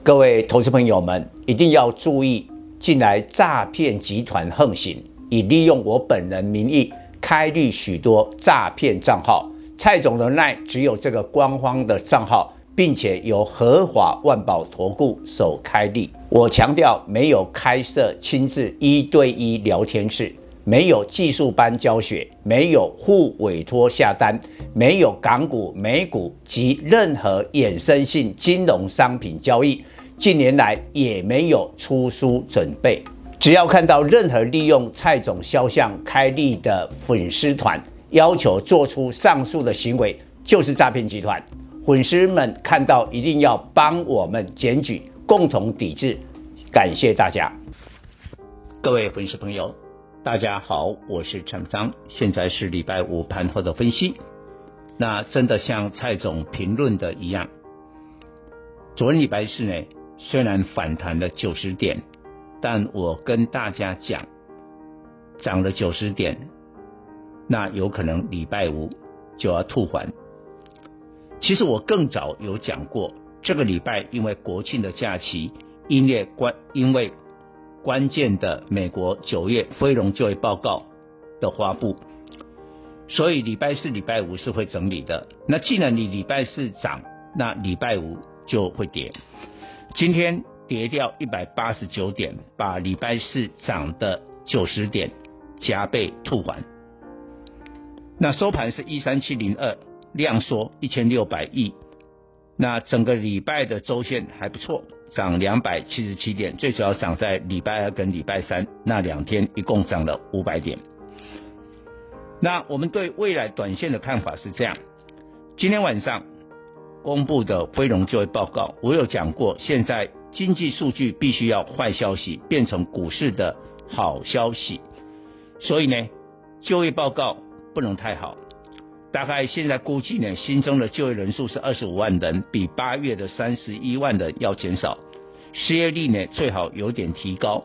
各位投资朋友们一定要注意，近来诈骗集团横行，已利用我本人名义开立许多诈骗账号。蔡总的赖只有这个官方的账号，并且由合法万宝投顾所开立。我强调，没有开设亲自1对1聊天室，没有技术班教学，没有互委托下单，没有港股、美股及任何衍生性金融商品交易。近年来也没有出书准备。只要看到任何利用蔡总肖像开立的粉丝团，要求做出上述的行为，就是诈骗集团。粉丝们看到一定要帮我们检举，共同抵制。感谢大家。各位粉丝朋友，大家好，我是陈章，现在是礼拜五盘后的分析。那真的像蔡总评论的一样，昨天礼拜四呢，虽然反弹了90点，但我跟大家讲，涨了90点，那有可能礼拜五就要吐还。其实我更早有讲过，这个礼拜因为国庆的假期，因为关键的美国9月非农就业报告的发布，所以礼拜四、礼拜五是会整理的。那既然你礼拜四涨，那礼拜五就会跌。今天跌掉189点，把礼拜四涨的90点加倍吐还。那收盘是13702，量缩1600亿。那整个礼拜的周线还不错，涨277点，最主要涨在礼拜二跟礼拜三那2天，一共涨了500点。那我们对未来短线的看法是这样，今天晚上公布的非农就业报告，我有讲过，现在经济数据必须要坏消息变成股市的好消息，所以呢，就业报告不能太好。大概现在估计呢，新增的就业人数是25万人，比8月的31万人要减少。失业率呢，最好有点提高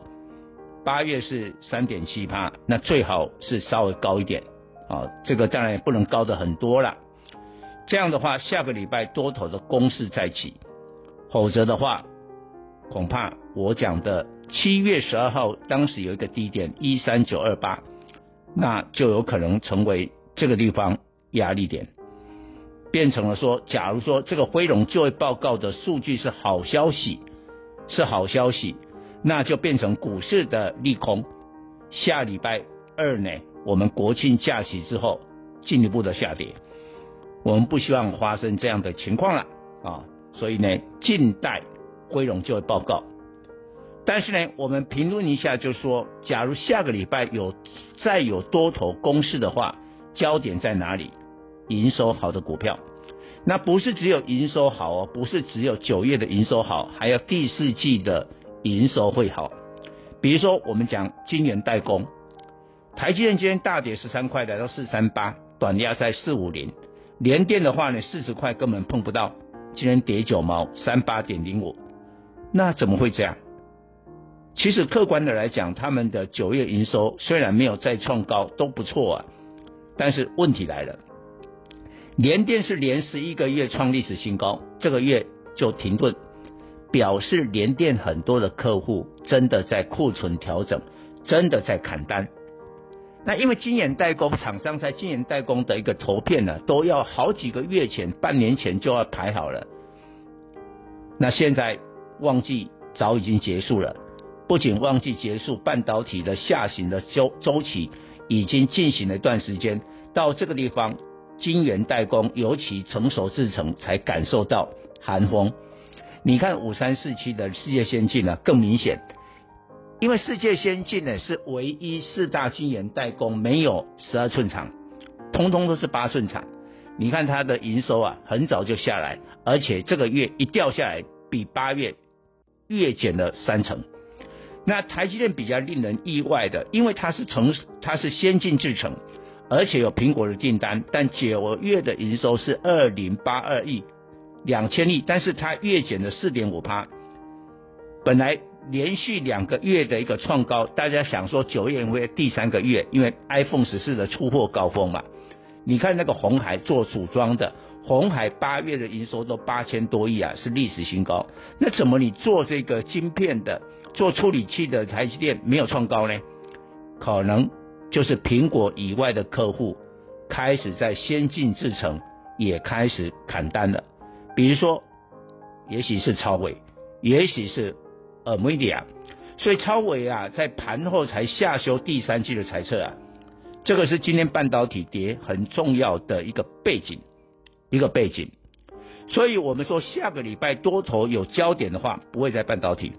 ，8月是 3.7%， 那最好是稍微高一点啊，这个当然也不能高的很多啦。这样的话，下个礼拜多头的攻势再起，否则的话，恐怕我讲的7月12号当时有一个低点13928，那就有可能成为这个地方压力点，变成了说，假如说这个非农就业报告的数据是好消息，那就变成股市的利空。下礼拜二呢，我们国庆假期之后进一步的下跌，我们不希望发生这样的情况了啊，所以呢，静待非农就业报告。但是呢，我们评论一下，就是说，假如下个礼拜再有多头攻势的话，焦点在哪里？营收好的股票，那不是只有营收好哦，不是只有9月的营收好，还有第4季的营收会好。比如说我们讲晶圆代工，台积电今天大跌13块来到438，短压在450，联电的话呢40块根本碰不到，今天跌9毛 38.05， 那怎么会这样？其实客观的来讲，他们的9月营收虽然没有再创高，都不错啊，但是问题来了，联电是连11个月创历史新高，这个月就停顿，表示联电很多的客户真的在库存调整，真的在砍单。那因为晶圆代工厂商在晶圆代工的一个投片呢，都要好几个月前、半年前就要排好了。那现在旺季早已经结束了，不仅旺季结束，半导体的下行的周期已经进行了一段时间，到这个地方晶圆代工尤其成熟制程才感受到寒风。你看5347的世界先进呢更明显，因为世界先进呢是唯一4大晶圆代工没有12寸厂，通通都是8寸厂。你看它的营收啊很早就下来，而且这个月一掉下来比8月月减了30%。那台积电比较令人意外的，因为它是先进制程，而且有苹果的订单，但9月的营收是2082亿2000亿，但是它月减了 4.5%。 本来连续2个月的一个创高，大家想说9月会第3个月，因为 iPhone 14的出货高峰嘛。你看那个鸿海做组装的， 鸿海8月的营收都8000多亿啊，是历史新高。那怎么你做这个晶片的、做处理器的台积电没有创高呢？可能就是苹果以外的客户开始在先进制程也开始砍单了，比如说也许是超微，也许是NVIDIA， 所以超微啊在盘后才下修第3季的财测啊，这个是今天半导体跌很重要的一个背景。所以我们说下个礼拜多头有焦点的话，不会在半导体，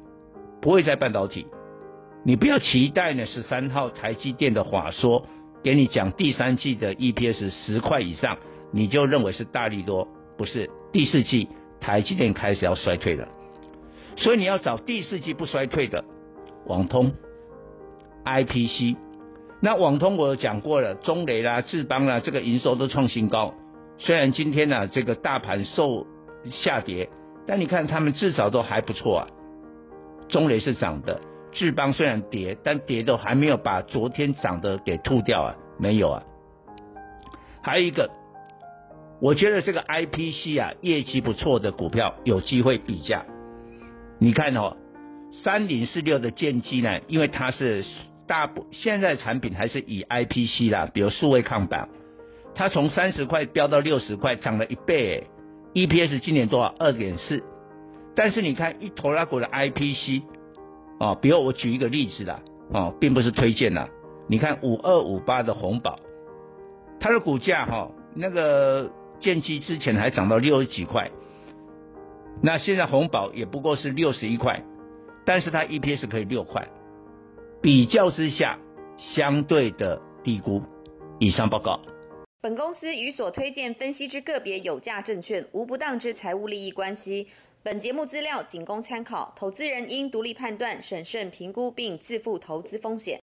你不要期待呢13号台积电的法说给你讲第3季的 EPS 10块以上，你就认为是大利多，不是。第4季台积电开始要衰退了，所以你要找第4季不衰退的网通 IPC。 那网通我有讲过了，中磊啦、智邦啦，这个营收都创新高。虽然今天呢这个大盘受下跌，但你看他们至少都还不错啊。中磊是涨的，智邦虽然跌，但跌都还没有把昨天涨的给吐掉啊，没有啊。还有一个，我觉得这个 IPC 啊业绩不错的股票有机会比价。你看哦，3046的建基呢，因为它是现在产品还是以 IPC 啦，比如数位抗板，它从30块飙到60块，涨了1倍，EPS 今年多少 2.4。 但是你看一头拉股的 IPC 比如我举一个例子啦，并不是推荐啦，你看5258的鸿宝，它的股价那个建基之前还涨到60几块，那现在鸿宝也不过是61块，但是它 EPS 可以6块，比较之下相对的低估。以上报告。 本公司与所推荐分析之个别有价证券无不当之财务利益关系。本节目资料仅供参考，投资人应独立判断、审慎评估并自负投资风险。